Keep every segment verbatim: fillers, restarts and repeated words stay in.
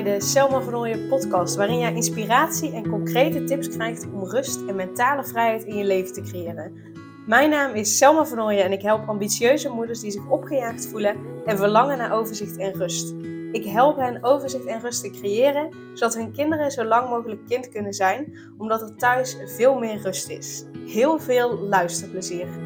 de Selma van Ooyen podcast, waarin jij inspiratie en concrete tips krijgt om rust en mentale vrijheid in je leven te creëren. Mijn naam is Selma van Ooyen en ik help ambitieuze moeders die zich opgejaagd voelen en verlangen naar overzicht en rust. Ik help hen overzicht en rust te creëren, zodat hun kinderen zo lang mogelijk kind kunnen zijn, omdat er thuis veel meer rust is. Heel veel luisterplezier!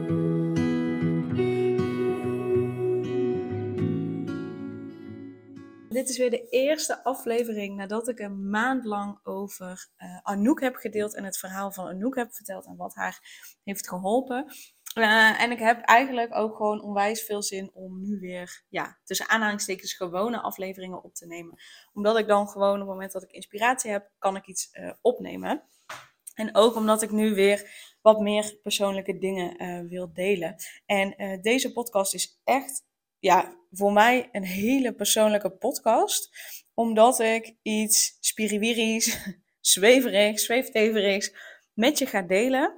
Dit is weer de eerste aflevering nadat ik een maand lang over uh, Anouk heb gedeeld en het verhaal van Anouk heb verteld en wat haar heeft geholpen. Uh, en ik heb eigenlijk ook gewoon onwijs veel zin om nu weer, ja, tussen aanhalingstekens gewone afleveringen op te nemen. Omdat ik dan gewoon op het moment dat ik inspiratie heb, kan ik iets uh, opnemen. En ook omdat ik nu weer wat meer persoonlijke dingen uh, wil delen. En uh, deze podcast is echt... Ja, voor mij een hele persoonlijke podcast. Omdat ik iets spiriwirisch, zweverigs, zweefteverigs met je ga delen.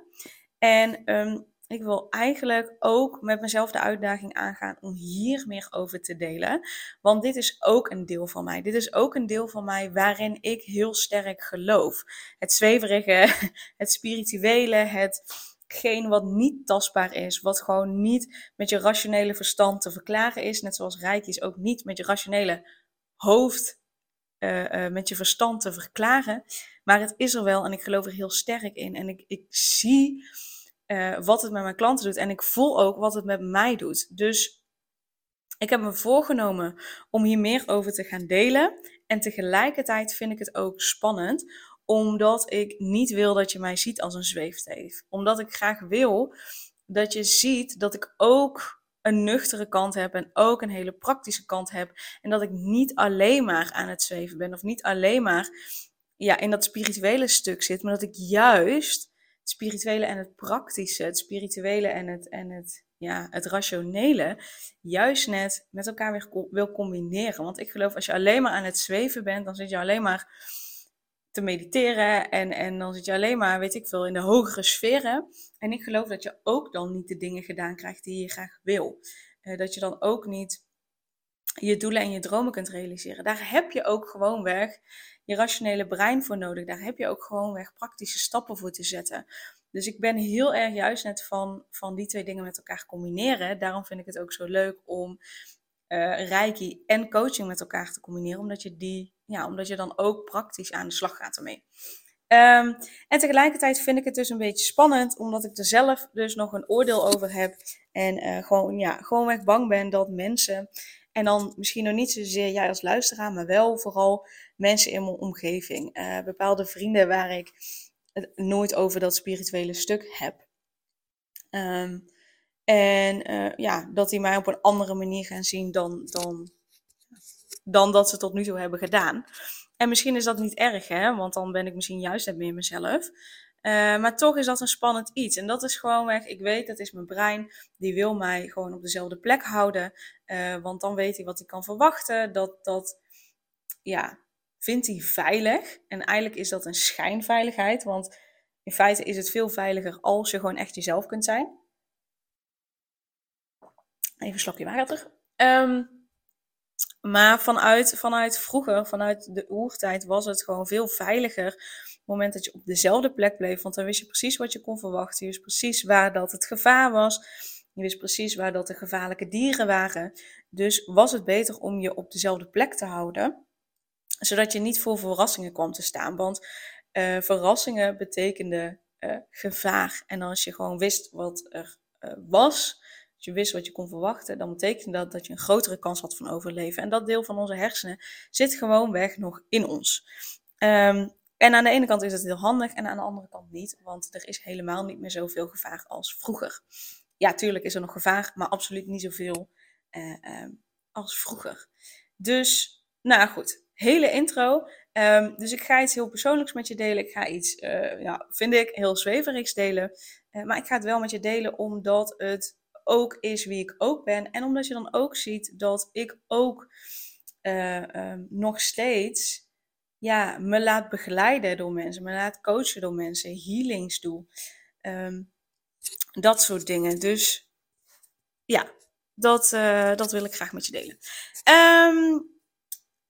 En um, ik wil eigenlijk ook met mezelf de uitdaging aangaan om hier meer over te delen. Want dit is ook een deel van mij. Dit is ook een deel van mij waarin ik heel sterk geloof. Het zweverige, het spirituele, het... Geen wat niet tastbaar is, wat gewoon niet met je rationele verstand te verklaren is. Net zoals Reiki is ook niet met je rationele hoofd, uh, uh, met je verstand te verklaren. Maar het is er wel en ik geloof er heel sterk in. En ik, ik zie uh, wat het met mijn klanten doet en ik voel ook wat het met mij doet. Dus ik heb me voorgenomen om hier meer over te gaan delen. En tegelijkertijd vind ik het ook spannend, omdat ik niet wil dat je mij ziet als een zweefteef. Omdat ik graag wil dat je ziet dat ik ook een nuchtere kant heb en ook een hele praktische kant heb. En dat ik niet alleen maar aan het zweven ben of niet alleen maar ja, in dat spirituele stuk zit. Maar dat ik juist het spirituele en het praktische, het spirituele en het, en het, ja, het rationele, juist net met elkaar weer co- wil combineren. Want ik geloof als je alleen maar aan het zweven bent, dan zit je alleen maar te mediteren en, en dan zit je alleen maar, weet ik veel, in de hogere sferen. En ik geloof dat je ook dan niet de dingen gedaan krijgt die je graag wil. Uh, dat je dan ook niet je doelen en je dromen kunt realiseren. Daar heb je ook gewoonweg je rationele brein voor nodig. Daar heb je ook gewoonweg praktische stappen voor te zetten. Dus ik ben heel erg juist net van, van die twee dingen met elkaar combineren. Daarom vind ik het ook zo leuk om uh, Reiki en coaching met elkaar te combineren. Omdat je, die, ja, omdat je dan ook praktisch aan de slag gaat ermee. Um, en tegelijkertijd vind ik het dus een beetje spannend. Omdat ik er zelf dus nog een oordeel over heb. En uh, gewoon, ja, gewoonweg bang ben dat mensen... En dan misschien nog niet zozeer jij als luisteraar, maar wel vooral mensen in mijn omgeving. Uh, bepaalde vrienden waar ik het nooit over dat spirituele stuk heb. Um, en uh, ja, dat die mij op een andere manier gaan zien dan, dan, dan dat ze tot nu toe hebben gedaan. En misschien is dat niet erg, hè? Want dan ben ik misschien juist net meer mezelf. Uh, maar toch is dat een spannend iets. En dat is gewoon weg. Ik weet, dat is mijn brein. Die wil mij gewoon op dezelfde plek houden. Uh, want dan weet hij wat hij kan verwachten. Dat, dat ja, vindt hij veilig. En eigenlijk is dat een schijnveiligheid. Want in feite is het veel veiliger als je gewoon echt jezelf kunt zijn. Even een slokje water. Um, maar vanuit, vanuit vroeger, vanuit de oertijd, was het gewoon veel veiliger. Op het moment dat je op dezelfde plek bleef. Want dan wist je precies wat je kon verwachten. Je wist precies waar dat het gevaar was. Je wist precies waar dat de gevaarlijke dieren waren. Dus was het beter om je op dezelfde plek te houden. Zodat je niet voor verrassingen kwam te staan. Want uh, verrassingen betekenden uh, gevaar. En als je gewoon wist wat er uh, was... Als je wist wat je kon verwachten, dan betekende dat dat je een grotere kans had van overleven. En dat deel van onze hersenen zit gewoonweg nog in ons. Um, en aan de ene kant is het heel handig en aan de andere kant niet. Want er is helemaal niet meer zoveel gevaar als vroeger. Ja, tuurlijk is er nog gevaar, maar absoluut niet zoveel uh, um, als vroeger. Dus, nou goed, hele intro. Um, dus ik ga iets heel persoonlijks met je delen. Ik ga iets, uh, ja, vind ik, heel zweverigs delen. Uh, maar ik ga het wel met je delen omdat het ook is wie ik ook ben. En omdat je dan ook ziet dat ik ook uh, um, nog steeds ja, me laat begeleiden door mensen. Me laat coachen door mensen. Healings doe. Um, dat soort dingen. Dus ja, dat, uh, dat wil ik graag met je delen. Um,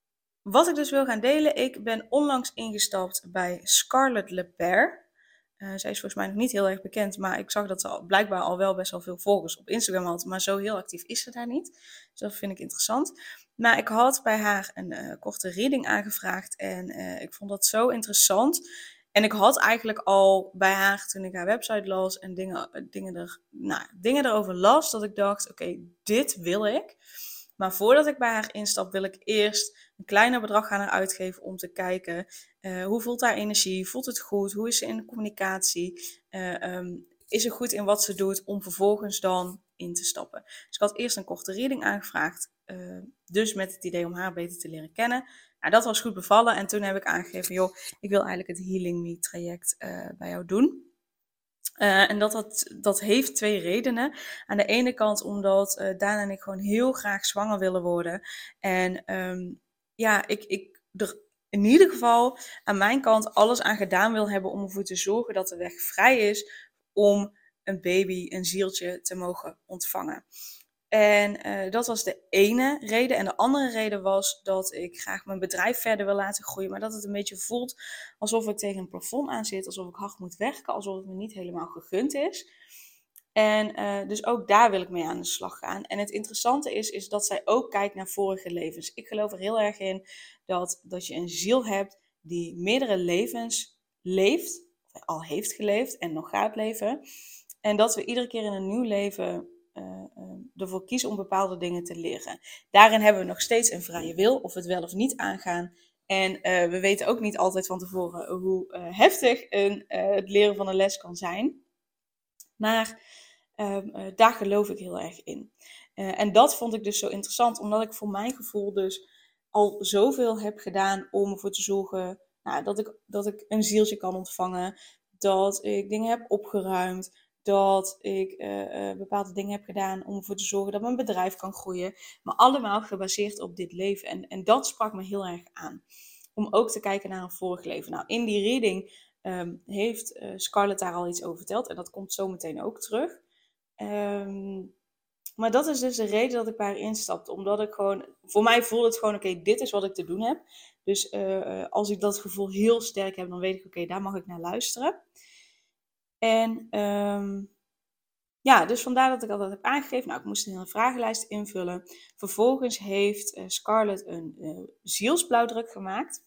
wat ik dus wil gaan delen, ik ben onlangs ingestapt bij Scarlett Leper. Uh, zij is volgens mij nog niet heel erg bekend, maar ik zag dat ze al, blijkbaar al wel best wel veel volgers op Instagram had. Maar zo heel actief is ze daar niet. Dus dat vind ik interessant. Maar ik had bij haar een uh, korte reading aangevraagd en uh, ik vond dat zo interessant. En ik had eigenlijk al bij haar, toen ik haar website las en dingen, dingen, er, nou, dingen erover las, dat ik dacht, oké, okay, dit wil ik. Maar voordat ik bij haar instap, wil ik eerst een kleiner bedrag gaan uitgeven om te kijken uh, hoe voelt haar energie, voelt het goed, hoe is ze in de communicatie, uh, um, is ze goed in wat ze doet om vervolgens dan in te stappen. Dus ik had eerst een korte reading aangevraagd, uh, dus met het idee om haar beter te leren kennen. Nou, dat was goed bevallen en toen heb ik aangegeven, joh, ik wil eigenlijk het Healing Me traject uh, bij jou doen. Uh, en dat, dat, dat heeft twee redenen. Aan de ene kant omdat uh, Daan en ik gewoon heel graag zwanger willen worden. En um, ja, ik, ik er in ieder geval aan mijn kant alles aan gedaan wil hebben om ervoor te zorgen dat de weg vrij is om een baby, een zieltje te mogen ontvangen. En uh, dat was de ene reden. En de andere reden was dat ik graag mijn bedrijf verder wil laten groeien. Maar dat het een beetje voelt alsof ik tegen een plafond aan zit. Alsof ik hard moet werken. Alsof het me niet helemaal gegund is. En uh, dus ook daar wil ik mee aan de slag gaan. En het interessante is, is dat zij ook kijkt naar vorige levens. Ik geloof er heel erg in dat, dat je een ziel hebt die meerdere levens leeft. Of al heeft geleefd en nog gaat leven. En dat we iedere keer in een nieuw leven Uh, uh, ervoor kiezen om bepaalde dingen te leren. Daarin hebben we nog steeds een vrije wil, of we het wel of niet aangaan. En uh, we weten ook niet altijd van tevoren hoe uh, heftig een, uh, het leren van een les kan zijn. Maar uh, uh, daar geloof ik heel erg in. Uh, en dat vond ik dus zo interessant, omdat ik voor mijn gevoel dus al zoveel heb gedaan om ervoor te zorgen nou, dat, ik, dat ik een zieltje kan ontvangen, dat ik dingen heb opgeruimd, dat ik uh, uh, bepaalde dingen heb gedaan om ervoor te zorgen dat mijn bedrijf kan groeien. Maar allemaal gebaseerd op dit leven. En, en dat sprak me heel erg aan. Om ook te kijken naar een vorig leven. Nou, in die reading um, heeft uh, Scarlett daar al iets over verteld. En dat komt zo meteen ook terug. Um, maar dat is dus de reden dat ik bij haar instapte. Omdat ik gewoon, voor mij voelde het gewoon, oké, okay, dit is wat ik te doen heb. Dus uh, als ik dat gevoel heel sterk heb, dan weet ik, oké, okay, daar mag ik naar luisteren. En um, ja, dus vandaar dat ik al dat heb aangegeven. Nou, ik moest een hele vragenlijst invullen. Vervolgens heeft uh, Scarlett een uh, zielsblauwdruk gemaakt.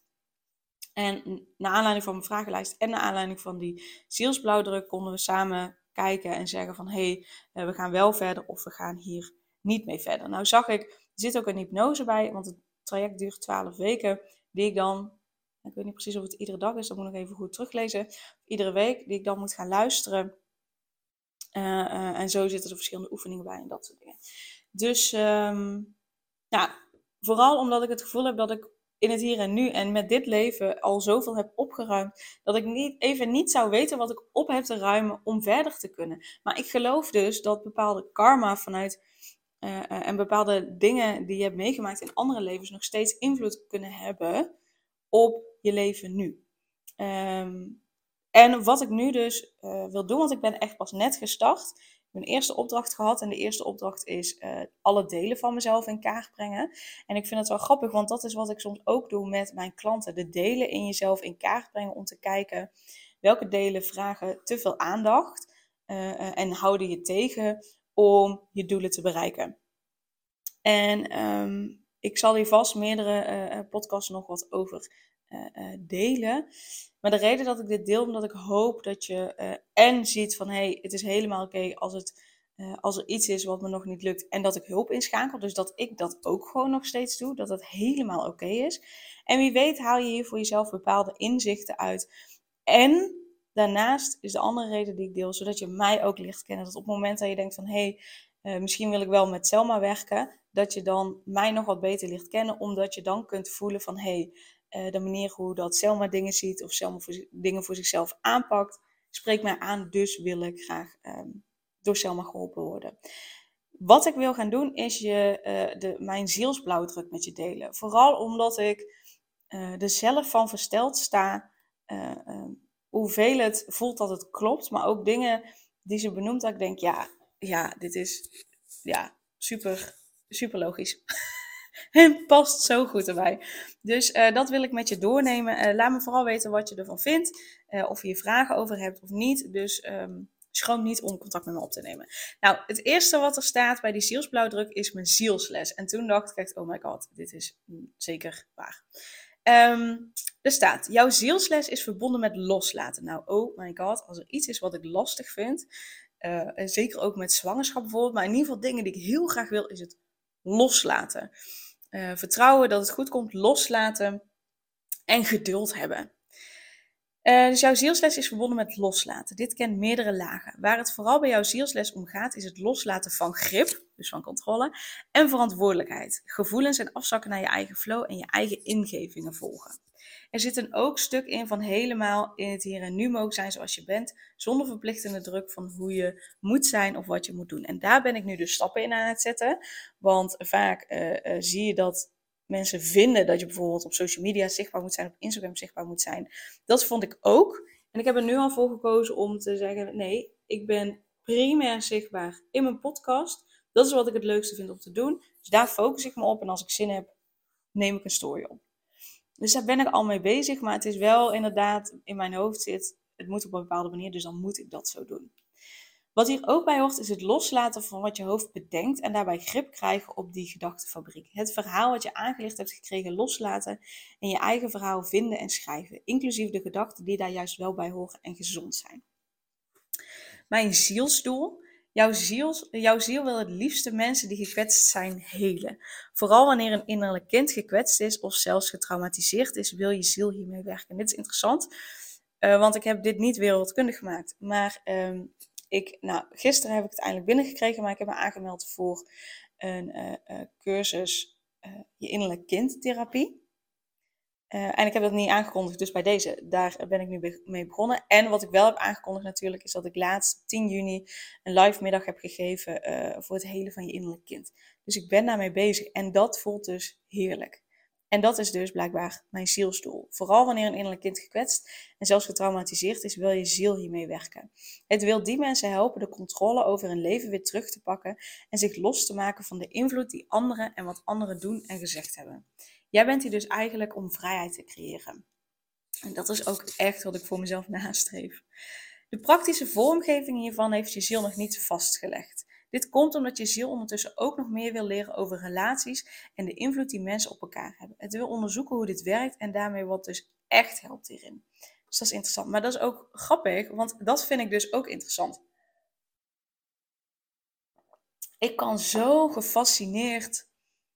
En naar aanleiding van mijn vragenlijst en naar aanleiding van die zielsblauwdruk konden we samen kijken en zeggen van hé, hey, uh, we gaan wel verder of we gaan hier niet mee verder. Nou zag ik, er zit ook een hypnose bij, want het traject duurt twaalf weken, die ik dan, ik weet niet precies of het iedere dag is, dat moet ik nog even goed teruglezen, iedere week, die ik dan moet gaan luisteren. Uh, uh, en zo zitten er verschillende oefeningen bij en dat soort dingen. Dus um, ja, vooral omdat ik het gevoel heb dat ik in het hier en nu en met dit leven al zoveel heb opgeruimd, dat ik niet, even niet zou weten wat ik op heb te ruimen om verder te kunnen. Maar ik geloof dus dat bepaalde karma vanuit uh, uh, en bepaalde dingen die je hebt meegemaakt in andere levens nog steeds invloed kunnen hebben op je leven nu. Um, En wat ik nu dus uh, wil doen, want ik ben echt pas net gestart. Ik heb een eerste opdracht gehad en de eerste opdracht is uh, alle delen van mezelf in kaart brengen. En ik vind het wel grappig, want dat is wat ik soms ook doe met mijn klanten. De delen in jezelf in kaart brengen om te kijken welke delen vragen te veel aandacht uh, uh, en houden je tegen om je doelen te bereiken. En um, ik zal hier vast meerdere uh, podcasts nog wat over uh, uh, delen. Maar de reden dat ik dit deel, omdat ik hoop dat je uh, en ziet van hé, hey, het is helemaal oké okay als, het, uh, als er iets is wat me nog niet lukt en dat ik hulp inschakel. Dus dat ik dat ook gewoon nog steeds doe, dat het helemaal oké okay is. En wie weet haal je hier voor jezelf bepaalde inzichten uit. En daarnaast is de andere reden die ik deel, zodat je mij ook leert kennen. Dat op het moment dat je denkt van hé, hey, uh, misschien wil ik wel met Selma werken, dat je dan mij nog wat beter leert kennen, omdat je dan kunt voelen van hé, hey, Uh, de manier hoe dat Selma dingen ziet of Selma voor, dingen voor zichzelf aanpakt, spreekt mij aan, dus wil ik graag um, door Selma geholpen worden. Wat ik wil gaan doen is je, uh, de, mijn zielsblauwdruk met je delen. Vooral omdat ik uh, er zelf van versteld sta uh, uh, hoeveel het voelt dat het klopt, maar ook dingen die ze benoemt dat ik denk, ja, ja dit is ja, super, super logisch. Het past zo goed erbij. Dus uh, dat wil ik met je doornemen. Uh, laat me vooral weten wat je ervan vindt. Uh, of je hier vragen over hebt of niet. Dus um, schroom niet om contact met me op te nemen. Nou, het eerste wat er staat bij die zielsblauwdruk is mijn zielsles. En toen dacht ik echt, oh my god, dit is zeker waar. Um, er staat, jouw zielsles is verbonden met loslaten. Nou, oh my god, als er iets is wat ik lastig vind, uh, en zeker ook met zwangerschap bijvoorbeeld, maar in ieder geval dingen die ik heel graag wil, is het loslaten. Uh, vertrouwen dat het goed komt, loslaten en geduld hebben. Uh, dus jouw zielsles is verbonden met loslaten. Dit kent meerdere lagen. Waar het vooral bij jouw zielsles om gaat, is het loslaten van grip, dus van controle, en verantwoordelijkheid. Gevoelens en afzakken naar je eigen flow en je eigen ingevingen volgen. Er zit een ook stuk in van helemaal in het hier en nu mogen zijn zoals je bent, zonder verplichtende druk van hoe je moet zijn of wat je moet doen. En daar ben ik nu dus stappen in aan het zetten, want vaak uh, uh, zie je dat mensen vinden dat je bijvoorbeeld op social media zichtbaar moet zijn, op Instagram zichtbaar moet zijn. Dat vond ik ook. En ik heb er nu al voor gekozen om te zeggen, nee, ik ben primair zichtbaar in mijn podcast. Dat is wat ik het leukste vind om te doen. Dus daar focus ik me op en als ik zin heb, neem ik een story op. Dus daar ben ik al mee bezig, maar het is wel inderdaad in mijn hoofd zit, het moet op een bepaalde manier, dus dan moet ik dat zo doen. Wat hier ook bij hoort is het loslaten van wat je hoofd bedenkt en daarbij grip krijgen op die gedachtenfabriek. Het verhaal wat je aangelicht hebt gekregen loslaten en je eigen verhaal vinden en schrijven, inclusief de gedachten die daar juist wel bij horen en gezond zijn. Mijn zielsdoel. Jouw ziel, jouw ziel wil het liefste mensen die gekwetst zijn helen. Vooral wanneer een innerlijk kind gekwetst is of zelfs getraumatiseerd is, wil je ziel hiermee werken. Dit is interessant, uh, want ik heb dit niet wereldkundig gemaakt. Maar um, ik, nou, gisteren heb ik het eindelijk binnengekregen, maar ik heb me aangemeld voor een uh, uh, cursus uh, je innerlijk kind therapie. Uh, en ik heb dat niet aangekondigd, dus bij deze, daar ben ik nu mee begonnen. En wat ik wel heb aangekondigd natuurlijk, is dat ik laatst tien juni een live middag heb gegeven uh, voor het helen van je innerlijk kind. Dus ik ben daarmee bezig en dat voelt dus heerlijk. En dat is dus blijkbaar mijn zielsdoel. Vooral wanneer een innerlijk kind gekwetst en zelfs getraumatiseerd is, wil je ziel hiermee werken. Het wil die mensen helpen de controle over hun leven weer terug te pakken en zich los te maken van de invloed die anderen en wat anderen doen en gezegd hebben. Jij bent hier dus eigenlijk om vrijheid te creëren. En dat is ook echt wat ik voor mezelf nastreef. De praktische vormgeving hiervan heeft je ziel nog niet vastgelegd. Dit komt omdat je ziel ondertussen ook nog meer wil leren over relaties en de invloed die mensen op elkaar hebben. Het wil onderzoeken hoe dit werkt en daarmee wat dus echt helpt hierin. Dus dat is interessant. Maar dat is ook grappig, want dat vind ik dus ook interessant. Ik kan zo gefascineerd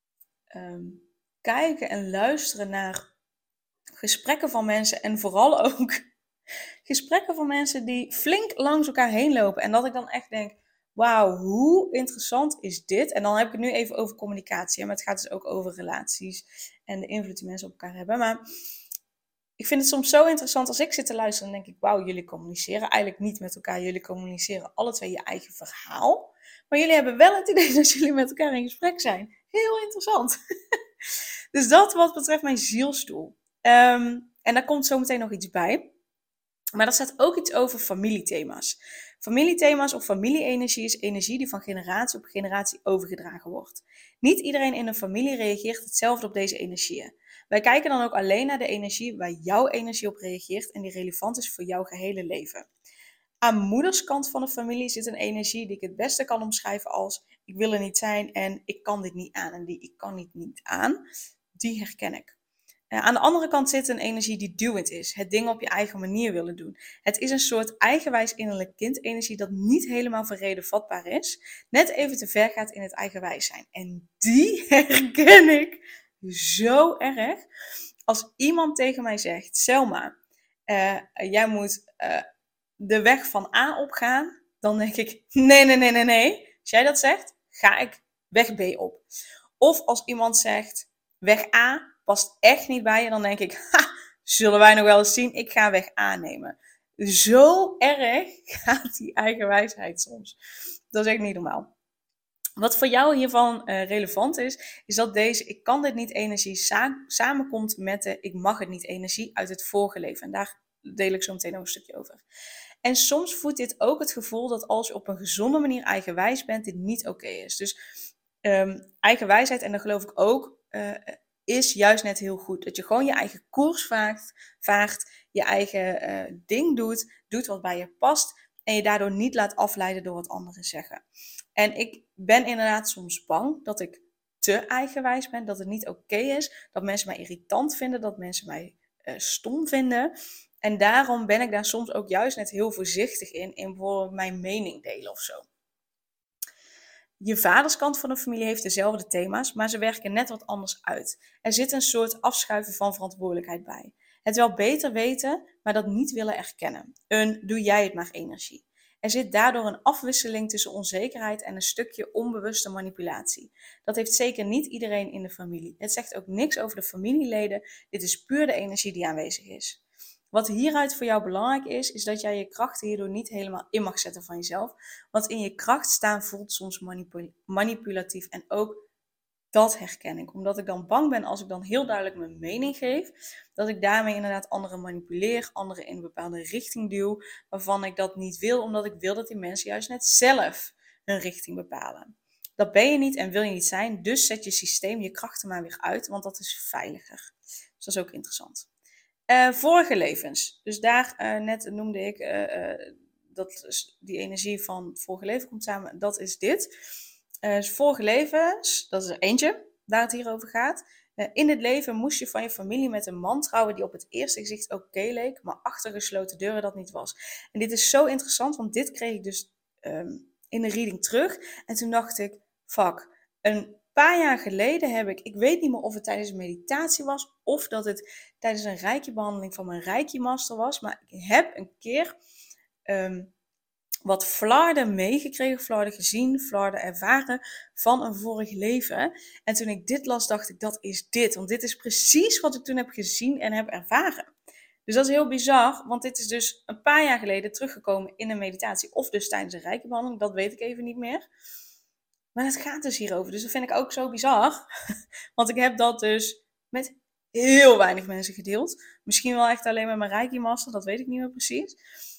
um, kijken en luisteren naar gesprekken van mensen en vooral ook gesprekken van mensen die flink langs elkaar heen lopen. En dat ik dan echt denk, wauw, hoe interessant is dit? En dan heb ik het nu even over communicatie, maar het gaat dus ook over relaties en de invloed die mensen op elkaar hebben. Maar ik vind het soms zo interessant als ik zit te luisteren, dan denk ik, wauw, jullie communiceren eigenlijk niet met elkaar. Jullie communiceren alle twee je eigen verhaal. Maar jullie hebben wel het idee dat jullie met elkaar in gesprek zijn. Heel interessant. Dus dat wat betreft mijn zielsdoel. Um, en daar komt zo meteen nog iets bij. Maar daar staat ook iets over familiethema's. Familiethema's of familie-energie is energie die van generatie op generatie overgedragen wordt. Niet iedereen in een familie reageert hetzelfde op deze energieën. Wij kijken dan ook alleen naar de energie waar jouw energie op reageert en die relevant is voor jouw gehele leven. Aan moederskant van de familie zit een energie die ik het beste kan omschrijven als ik wil er niet zijn en ik kan dit niet aan. En die ik kan dit niet aan, die herken ik. Uh, aan de andere kant zit een energie die duwend is. Het ding op je eigen manier willen doen. Het is een soort eigenwijs innerlijk kind energie dat niet helemaal voor reden vatbaar is. Net even te ver gaat in het eigenwijs zijn. En die herken ik zo erg. Als iemand tegen mij zegt, Selma, uh, jij moet uh, de weg van A opgaan. Dan denk ik, nee, nee, nee, nee, nee. Als jij dat zegt, ga ik weg B op. Of als iemand zegt, weg A past echt niet bij je, dan denk ik, ha, zullen wij nog wel eens zien, ik ga weg A nemen. Zo erg gaat die eigenwijsheid soms. Dat is echt niet normaal. Wat voor jou hiervan uh, relevant is, is dat deze ik kan dit niet energie sa- samenkomt met de ik mag het niet energie uit het vorige leven. En daar deel ik zo meteen nog een stukje over. En soms voedt dit ook het gevoel dat als je op een gezonde manier eigenwijs bent, dit niet oké is. Dus um, eigenwijsheid, en daar geloof ik ook, uh, is juist net heel goed. Dat je gewoon je eigen koers vaart, vaart je eigen uh, ding doet, doet wat bij je past en je daardoor niet laat afleiden door wat anderen zeggen. En ik ben inderdaad soms bang dat ik te eigenwijs ben, dat het niet oké okay is, dat mensen mij irritant vinden, dat mensen mij uh, stom vinden. En daarom ben ik daar soms ook juist net heel voorzichtig in, in bijvoorbeeld mijn mening delen of zo. Je vaderskant van de familie heeft dezelfde thema's, maar ze werken net wat anders uit. Er zit een soort afschuiven van verantwoordelijkheid bij. Het wel beter weten, maar dat niet willen erkennen. Een doe jij het maar energie. Er zit daardoor een afwisseling tussen onzekerheid en een stukje onbewuste manipulatie. Dat heeft zeker niet iedereen in de familie. Het zegt ook niks over de familieleden. Dit is puur de energie die aanwezig is. Wat hieruit voor jou belangrijk is, is dat jij je krachten hierdoor niet helemaal in mag zetten van jezelf. Want in je kracht staan voelt soms manipul- manipulatief en ook dat herken ik. Omdat ik dan bang ben als ik dan heel duidelijk mijn mening geef, dat ik daarmee inderdaad anderen manipuleer, anderen in een bepaalde richting duw, waarvan ik dat niet wil, omdat ik wil dat die mensen juist net zelf hun richting bepalen. Dat ben je niet en wil je niet zijn, dus zet je systeem, je krachten maar weer uit, want dat is veiliger. Dus dat is ook interessant. Uh, vorige levens. Dus daar uh, net noemde ik uh, uh, dat die energie van vorige leven komt samen. Dat is dit. Uh, dus vorige levens, dat is er eentje waar het hier over gaat. Uh, in het leven moest je van je familie met een man trouwen die op het eerste gezicht oké okay leek, maar achter gesloten deuren dat niet was. En dit is zo interessant, want dit kreeg ik dus um, in de reading terug. En toen dacht ik, fuck, een Een paar jaar geleden heb ik, ik weet niet meer of het tijdens een meditatie was of dat het tijdens een reiki-behandeling van mijn reiki-master was, maar ik heb een keer um, wat flarden meegekregen, flarden gezien, flarden ervaren van een vorig leven. En toen ik dit las, dacht ik, dat is dit, want dit is precies wat ik toen heb gezien en heb ervaren. Dus dat is heel bizar, want dit is dus een paar jaar geleden teruggekomen in een meditatie of dus tijdens een reiki-behandeling, dat weet ik even niet meer. Maar het gaat dus hierover. Dus dat vind ik ook zo bizar. Want ik heb dat dus met heel weinig mensen gedeeld. Misschien wel echt alleen met mijn Reiki-master. Dat weet ik niet meer precies.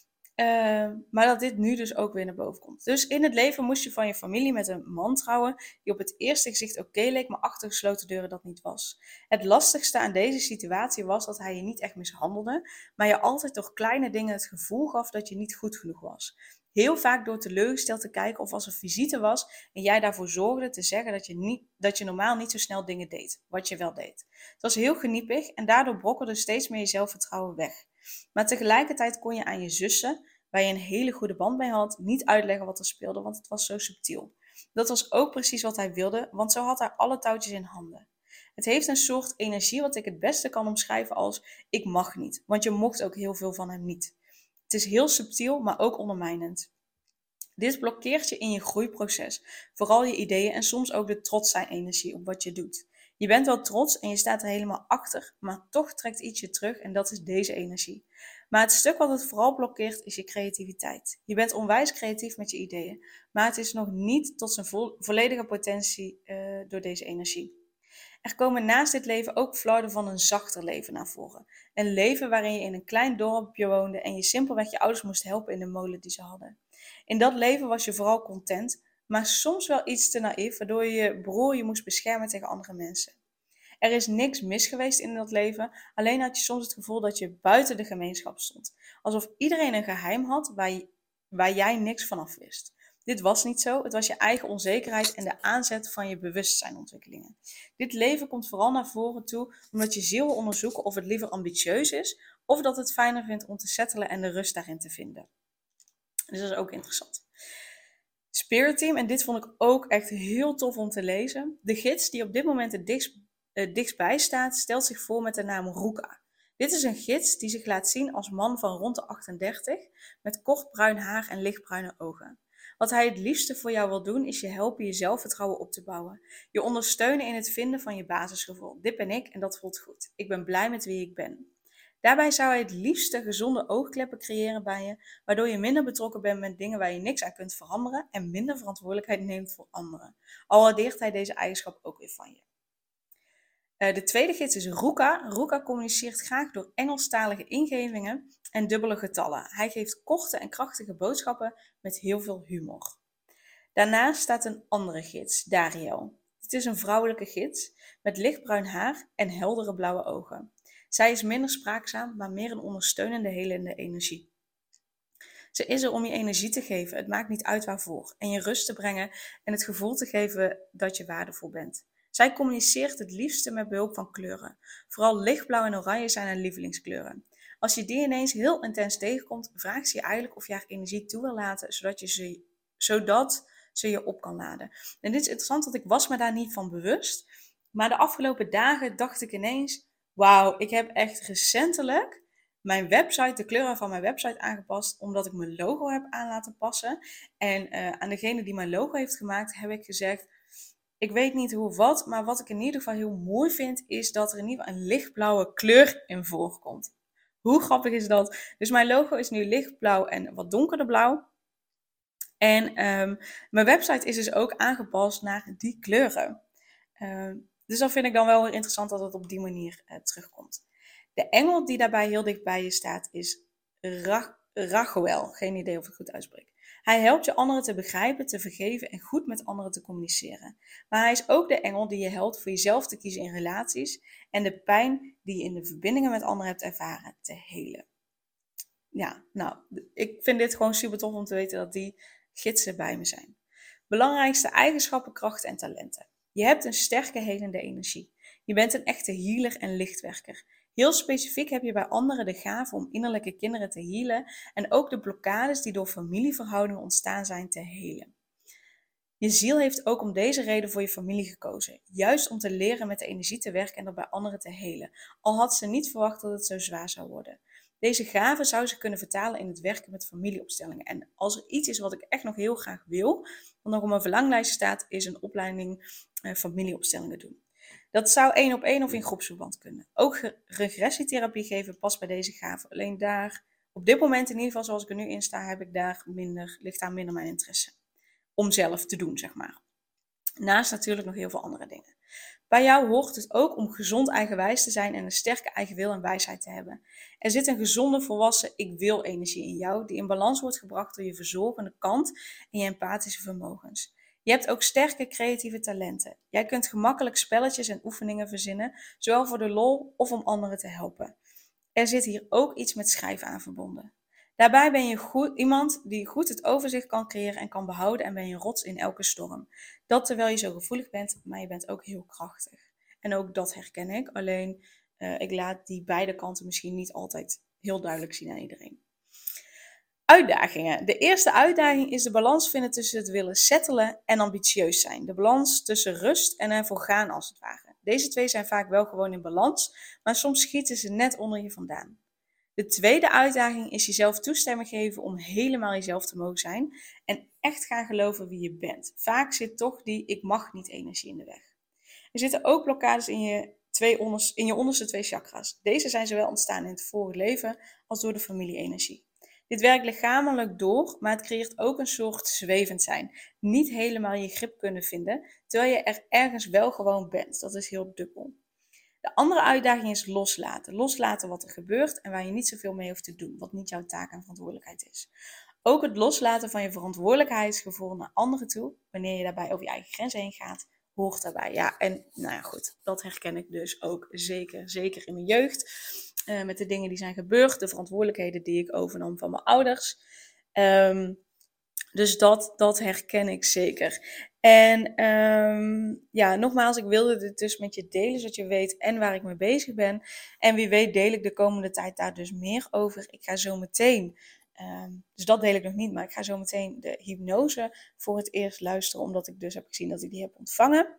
Uh, maar dat dit nu dus ook weer naar boven komt. Dus in het leven moest je van je familie met een man trouwen die op het eerste gezicht oké okay leek, maar achter gesloten deuren dat niet was. Het lastigste aan deze situatie was dat hij je niet echt mishandelde, maar je altijd door kleine dingen het gevoel gaf dat je niet goed genoeg was. Heel vaak door teleurgesteld te kijken of als er visite was en jij daarvoor zorgde te zeggen dat je, niet, dat je normaal niet zo snel dingen deed, wat je wel deed. Het was heel geniepig en daardoor brokkelde steeds meer je zelfvertrouwen weg. Maar tegelijkertijd kon je aan je zussen, waar je een hele goede band mee had, niet uitleggen wat er speelde, want het was zo subtiel. Dat was ook precies wat hij wilde, want zo had hij alle touwtjes in handen. Het heeft een soort energie wat ik het beste kan omschrijven als ik mag niet, want je mocht ook heel veel van hem niet. Het is heel subtiel, maar ook ondermijnend. Dit blokkeert je in je groeiproces, vooral je ideeën en soms ook de trots zijn energie op wat je doet. Je bent wel trots en je staat er helemaal achter, maar toch trekt iets je terug en dat is deze energie. Maar het stuk wat het vooral blokkeert is je creativiteit. Je bent onwijs creatief met je ideeën, maar het is nog niet tot zijn vo- volledige potentie uh, door deze energie. Er komen naast dit leven ook flarden van een zachter leven naar voren. Een leven waarin je in een klein dorpje woonde en je simpelweg je ouders moest helpen in de molen die ze hadden. In dat leven was je vooral content, maar soms wel iets te naïef, waardoor je je broer je moest beschermen tegen andere mensen. Er is niks mis geweest in dat leven, alleen had je soms het gevoel dat je buiten de gemeenschap stond. Alsof iedereen een geheim had waar, je, waar jij niks vanaf wist. Dit was niet zo, het was je eigen onzekerheid en de aanzet van je bewustzijnontwikkelingen. Dit leven komt vooral naar voren toe omdat je ziel wil onderzoeken of het liever ambitieus is of dat het fijner vindt om te settelen en de rust daarin te vinden. Dus dat is ook interessant. Spirit Team, en dit vond ik ook echt heel tof om te lezen. De gids die op dit moment het dichtst, uh, dichtstbij staat, stelt zich voor met de naam Ruka. Dit is een gids die zich laat zien als man van rond de achtendertig, met kort bruin haar en lichtbruine ogen. Wat hij het liefste voor jou wil doen, is je helpen je zelfvertrouwen op te bouwen. Je ondersteunen in het vinden van je basisgevoel. Dit ben ik en dat voelt goed. Ik ben blij met wie ik ben. Daarbij zou hij het liefste gezonde oogkleppen creëren bij je, waardoor je minder betrokken bent met dingen waar je niks aan kunt veranderen en minder verantwoordelijkheid neemt voor anderen. Al waardeert hij deze eigenschap ook weer van je. Uh, de tweede gids is Ruka. Ruka communiceert graag door Engelstalige ingevingen en dubbele getallen. Hij geeft korte en krachtige boodschappen met heel veel humor. Daarnaast staat een andere gids, Dariel. Het is een vrouwelijke gids met lichtbruin haar en heldere blauwe ogen. Zij is minder spraakzaam, maar meer een ondersteunende, helende energie. Ze is er om je energie te geven, het maakt niet uit waarvoor, en je rust te brengen en het gevoel te geven dat je waardevol bent. Zij communiceert het liefste met behulp van kleuren. Vooral lichtblauw en oranje zijn haar lievelingskleuren. Als je die ineens heel intens tegenkomt, vraagt ze je eigenlijk of je haar energie toe wil laten, zodat, je ze, zodat ze je op kan laden. En dit is interessant, want ik was me daar niet van bewust. Maar de afgelopen dagen dacht ik ineens, wauw, ik heb echt recentelijk mijn website, de kleuren van mijn website aangepast, omdat ik mijn logo heb aan laten passen. En uh, aan degene die mijn logo heeft gemaakt, heb ik gezegd, ik weet niet hoe of wat, maar wat ik in ieder geval heel mooi vind, is dat er in ieder geval een lichtblauwe kleur in voorkomt. Hoe grappig is dat? Dus mijn logo is nu lichtblauw en wat donkerder blauw. En um, mijn website is dus ook aangepast naar die kleuren. Uh, dus dat vind ik dan wel weer interessant dat het op die manier uh, terugkomt. De engel die daarbij heel dicht bij je staat is Ra- Raguel. Geen idee of ik het goed uitspreek. Hij helpt je anderen te begrijpen, te vergeven en goed met anderen te communiceren. Maar hij is ook de engel die je helpt voor jezelf te kiezen in relaties en de pijn die je in de verbindingen met anderen hebt ervaren te helen. Ja, nou, ik vind dit gewoon super tof om te weten dat die gidsen bij me zijn. Belangrijkste eigenschappen, krachten en talenten. Je hebt een sterke helende energie. Je bent een echte healer en lichtwerker. Heel specifiek heb je bij anderen de gave om innerlijke kinderen te healen en ook de blokkades die door familieverhoudingen ontstaan zijn te helen. Je ziel heeft ook om deze reden voor je familie gekozen. Juist om te leren met de energie te werken en er bij anderen te helen. Al had ze niet verwacht dat het zo zwaar zou worden. Deze gave zou ze kunnen vertalen in het werken met familieopstellingen. En als er iets is wat ik echt nog heel graag wil, wat nog op mijn verlanglijst staat, is een opleiding eh, familieopstellingen doen. Dat zou één op één of in groepsverband kunnen. Ook regressietherapie geven past bij deze gave. Alleen daar, op dit moment in ieder geval zoals ik er nu in sta, heb ik daar minder, ligt daar minder mijn interesse. Om zelf te doen, zeg maar. Naast natuurlijk nog heel veel andere dingen. Bij jou hoort het ook om gezond eigenwijs te zijn en een sterke eigen wil en wijsheid te hebben. Er zit een gezonde, volwassen ik wil energie in jou, die in balans wordt gebracht door je verzorgende kant en je empathische vermogens. Je hebt ook sterke creatieve talenten. Jij kunt gemakkelijk spelletjes en oefeningen verzinnen, zowel voor de lol of om anderen te helpen. Er zit hier ook iets met schrijven aan verbonden. Daarbij ben je goed, iemand die goed het overzicht kan creëren en kan behouden en ben je rots in elke storm. Dat terwijl je zo gevoelig bent, maar je bent ook heel krachtig. En ook dat herken ik, alleen uh, ik laat die beide kanten misschien niet altijd heel duidelijk zien aan iedereen. Uitdagingen. De eerste uitdaging is de balans vinden tussen het willen settelen en ambitieus zijn. De balans tussen rust en ervoor gaan als het ware. Deze twee zijn vaak wel gewoon in balans, maar soms schieten ze net onder je vandaan. De tweede uitdaging is jezelf toestemming geven om helemaal jezelf te mogen zijn en echt gaan geloven wie je bent. Vaak zit toch die ik mag niet energie in de weg. Er zitten ook blokkades in je, twee onders, in je onderste twee chakras. Deze zijn zowel ontstaan in het vorige leven als door de familie-energie. Dit werkt lichamelijk door, maar het creëert ook een soort zwevend zijn. Niet helemaal je grip kunnen vinden, terwijl je er ergens wel gewoon bent. Dat is heel dubbel. De andere uitdaging is loslaten. Loslaten wat er gebeurt en waar je niet zoveel mee hoeft te doen. Wat niet jouw taak en verantwoordelijkheid is. Ook het loslaten van je verantwoordelijkheidsgevoel naar anderen toe, wanneer je daarbij over je eigen grenzen heen gaat, hoort daarbij. Ja, en nou ja, goed, dat herken ik dus ook zeker, zeker in mijn jeugd. Uh, met de dingen die zijn gebeurd, de verantwoordelijkheden die ik overnam van mijn ouders. Um, dus dat, dat herken ik zeker. En um, ja, nogmaals, ik wilde dit dus met je delen, zodat je weet en waar ik mee bezig ben. En wie weet deel ik de komende tijd daar dus meer over. Ik ga zo meteen, um, dus dat deel ik nog niet, maar ik ga zo meteen de hypnose voor het eerst luisteren, omdat ik dus heb gezien dat ik die heb ontvangen.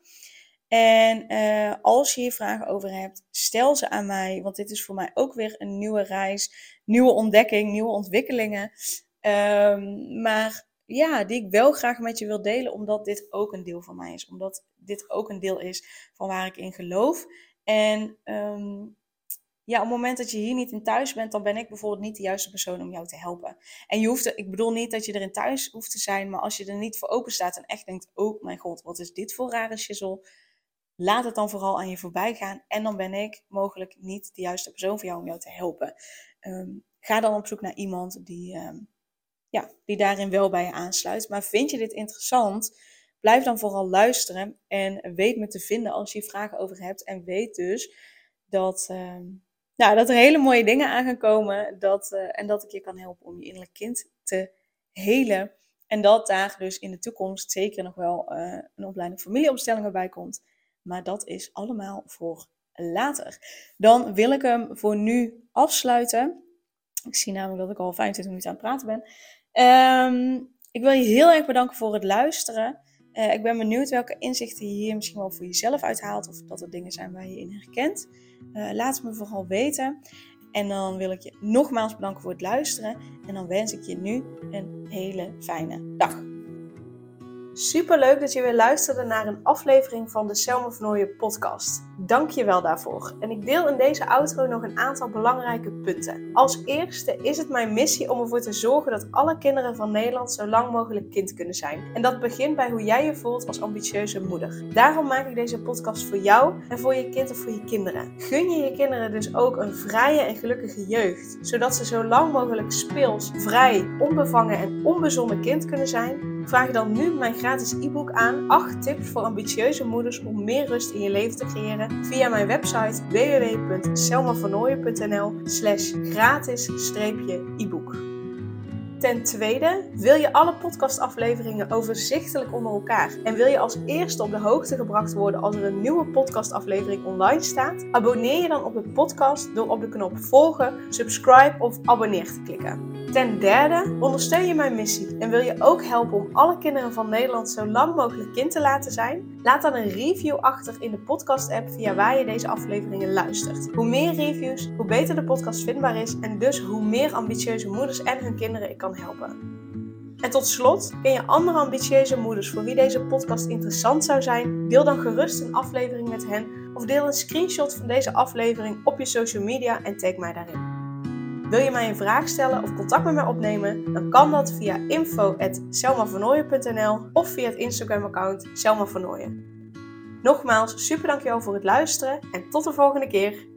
En uh, als je hier vragen over hebt, stel ze aan mij, want dit is voor mij ook weer een nieuwe reis, nieuwe ontdekking, nieuwe ontwikkelingen. Um, maar ja, die ik wel graag met je wil delen, omdat dit ook een deel van mij is. Omdat dit ook een deel is van waar ik in geloof. En um, ja, op het moment dat je hier niet in thuis bent, dan ben ik bijvoorbeeld niet de juiste persoon om jou te helpen. En je hoeft er, ik bedoel niet dat je erin thuis hoeft te zijn, maar als je er niet voor open staat en echt denkt, oh mijn god, wat is dit voor rare shizzle? Laat het dan vooral aan je voorbij gaan. En dan ben ik mogelijk niet de juiste persoon voor jou om jou te helpen. Um, ga dan op zoek naar iemand die... Um, Ja, die daarin wel bij je aansluit. Maar vind je dit interessant? blijf dan vooral luisteren en weet me te vinden als je vragen over hebt. En weet dus dat, uh, nou, dat er hele mooie dingen aan gaan komen dat, uh, en dat ik je kan helpen om je innerlijk kind te helen. En dat daar dus in de toekomst zeker nog wel uh, een opleiding familieopstellingen bij komt. Maar dat is allemaal voor later. Dan wil ik hem voor nu afsluiten. Ik zie namelijk dat ik al vijfentwintig minuten aan het praten ben. Um, ik wil je heel erg bedanken voor het luisteren. Uh, ik ben benieuwd welke inzichten je hier misschien wel voor jezelf uithaalt. Of dat er dingen zijn waar je je in herkent. Uh, laat het me vooral weten. En dan wil ik je nogmaals bedanken voor het luisteren. En dan wens ik je nu een hele fijne dag. Super leuk dat je weer luisterde naar een aflevering van de Selma van Nooijen podcast. Dank je wel daarvoor. En ik deel in deze outro nog een aantal belangrijke punten. Als eerste is het mijn missie om ervoor te zorgen dat alle kinderen van Nederland zo lang mogelijk kind kunnen zijn. En dat begint bij hoe jij je voelt als ambitieuze moeder. Daarom maak ik deze podcast voor jou en voor je kind of voor je kinderen. Gun je je kinderen dus ook een vrije en gelukkige jeugd. Zodat ze zo lang mogelijk speels, vrij, onbevangen en onbezonnen kind kunnen zijn. Vraag dan nu mijn gratis e-book aan acht tips voor ambitieuze moeders om meer rust in je leven te creëren via mijn website w w w punt selma van nooijen punt n l slash gratis e-book. Ten tweede, wil je alle podcastafleveringen overzichtelijk onder elkaar en wil je als eerste op de hoogte gebracht worden als er een nieuwe podcastaflevering online staat? Abonneer je dan op de podcast door op de knop volgen, subscribe of abonneer te klikken. Ten derde, ondersteun je mijn missie en wil je ook helpen om alle kinderen van Nederland zo lang mogelijk kind te laten zijn? Laat dan een review achter in de podcast-app via waar je deze afleveringen luistert. Hoe meer reviews, hoe beter de podcast vindbaar is en dus hoe meer ambitieuze moeders en hun kinderen ik kan helpen. En tot slot, ken je andere ambitieuze moeders voor wie deze podcast interessant zou zijn? Deel dan gerust een aflevering met hen of deel een screenshot van deze aflevering op je social media en tag mij daarin. Wil je mij een vraag stellen of contact met mij opnemen? Dan kan dat via info at selma van nooijen punt n l of via het Instagram account Selma van Nooijen. Nogmaals, super dankjewel voor het luisteren en tot de volgende keer.